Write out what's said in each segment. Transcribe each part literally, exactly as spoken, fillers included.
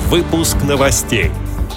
Выпуск новостей.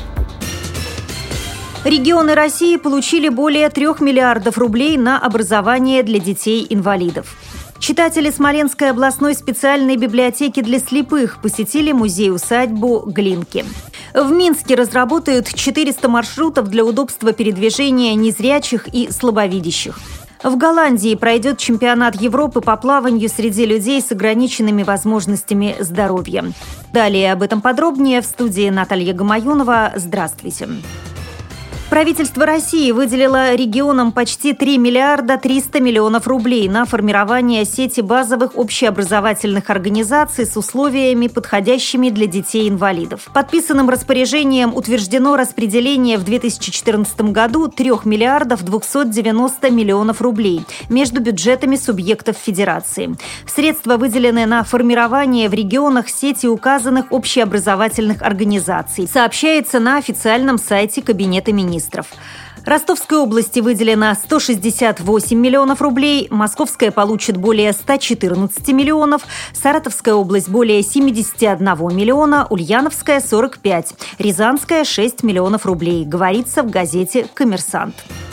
Регионы России получили более трех миллиардов рублей на образование для детей-инвалидов. Читатели Смоленской областной специальной библиотеки для слепых посетили музей-усадьбу Глинки. В Минске разработают четыреста маршрутов для удобства передвижения незрячих и слабовидящих. В Голландии пройдет чемпионат Европы по плаванию среди людей с ограниченными возможностями здоровья. Далее об этом подробнее в студии Наталья Гамаюнова. Здравствуйте. Правительство России выделило регионам почти три миллиарда триста миллионов рублей на формирование сети базовых общеобразовательных организаций с условиями, подходящими для детей-инвалидов. Подписанным распоряжением утверждено распределение в две тысячи четырнадцатом году трёх миллиардов двухсот девяноста миллионов рублей между бюджетами субъектов Федерации. Средства выделены на формирование в регионах сети указанных общеобразовательных организаций, сообщается на официальном сайте Кабинета министров. Ростовской области выделено сто шестьдесят восемь миллионов рублей, Московская получит более ста четырнадцати миллионов, Саратовская область более семидесяти одного миллиона, Ульяновская – сорок пять, Рязанская – шесть миллионов рублей, говорится в газете «Коммерсант».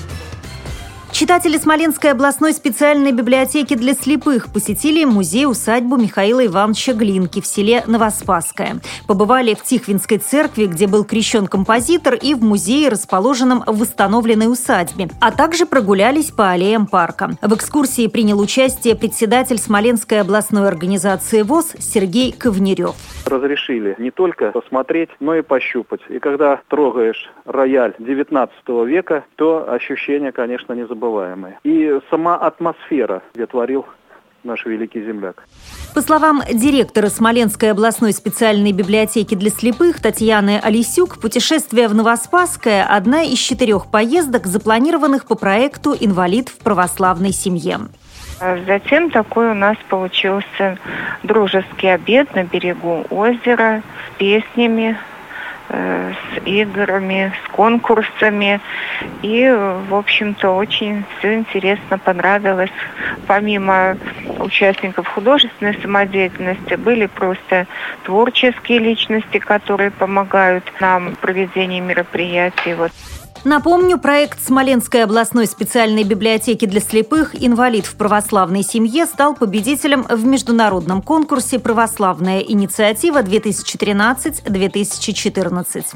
Читатели Смоленской областной специальной библиотеки для слепых посетили музей-усадьбу Михаила Ивановича Глинки в селе Новоспасское. Побывали в Тихвинской церкви, где был крещен композитор, и в музее, расположенном в восстановленной усадьбе, а также прогулялись по аллеям парка. В экскурсии принял участие председатель Смоленской областной организации ВОС Сергей Ковнерев. Разрешили не только посмотреть, но и пощупать. И когда трогаешь рояль девятнадцатого века, то ощущения, конечно, незабываемые. И сама атмосфера, где творил наш великий земляк. По словам директора Смоленской областной специальной библиотеки для слепых Татьяны Алисюк, путешествие в Новоспасское – одна из четырех поездок, запланированных по проекту «Инвалид в православной семье». Затем такой у нас получился дружеский обед на берегу озера с песнями, э, с играми, с конкурсами. И, в общем-то, очень все интересно понравилось. Помимо участников художественной самодеятельности, были просто творческие личности, которые помогают нам в проведении мероприятий. Вот. Напомню, проект Смоленской областной специальной библиотеки для слепых «Инвалид в православной семье» стал победителем в международном конкурсе «Православная инициатива-две тысячи тринадцать - две тысячи четырнадцать».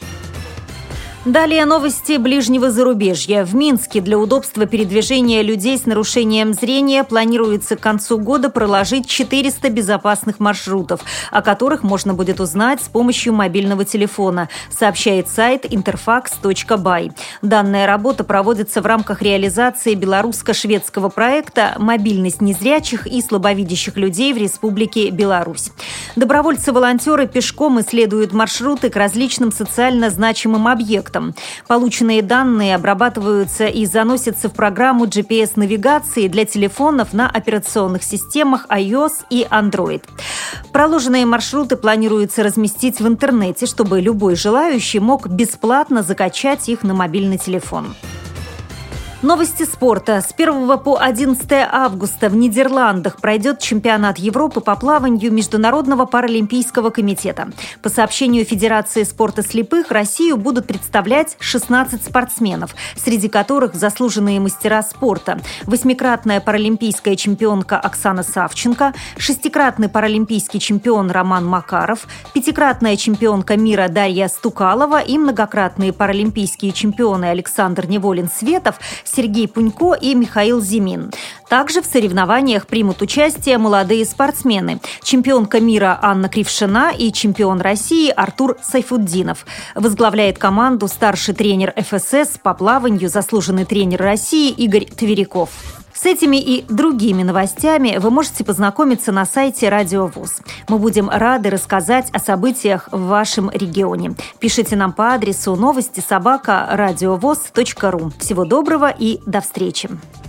Далее новости ближнего зарубежья. В Минске для удобства передвижения людей с нарушением зрения планируется к концу года проложить четыреста безопасных маршрутов, о которых можно будет узнать с помощью мобильного телефона, сообщает сайт интерфакс точка бай. Данная работа проводится в рамках реализации белорусско-шведского проекта «Мобильность незрячих и слабовидящих людей в Республике Беларусь». Добровольцы-волонтеры пешком исследуют маршруты к различным социально значимым объектам. Полученные данные обрабатываются и заносятся в программу джи пи эс-навигации для телефонов на операционных системах iOS и Android. Проложенные маршруты планируется разместить в интернете, чтобы любой желающий мог бесплатно закачать их на мобильный телефон. Новости спорта. С первого по одиннадцатое августа в Нидерландах пройдет чемпионат Европы по плаванию Международного паралимпийского комитета. По сообщению Федерации спорта слепых, Россию будут представлять шестнадцать спортсменов, среди которых заслуженные мастера спорта. Восьмикратная паралимпийская чемпионка Оксана Савченко, шестикратный паралимпийский чемпион Роман Макаров, пятикратная чемпионка мира Дарья Стукалова и многократные паралимпийские чемпионы Александр Неволин-Светов, Сергей Пунько и Михаил Зимин. Также в соревнованиях примут участие молодые спортсмены. Чемпионка мира Анна Крившина и чемпион России Артур Сайфуддинов. Возглавляет команду старший тренер эф эс эс по плаванию, заслуженный тренер России Игорь Тверяков. С этими и другими новостями вы можете познакомиться на сайте Радио ВОС. Мы будем рады рассказать о событиях в вашем регионе. Пишите нам по адресу новости собака радиовос точка ру. Всего доброго и до встречи!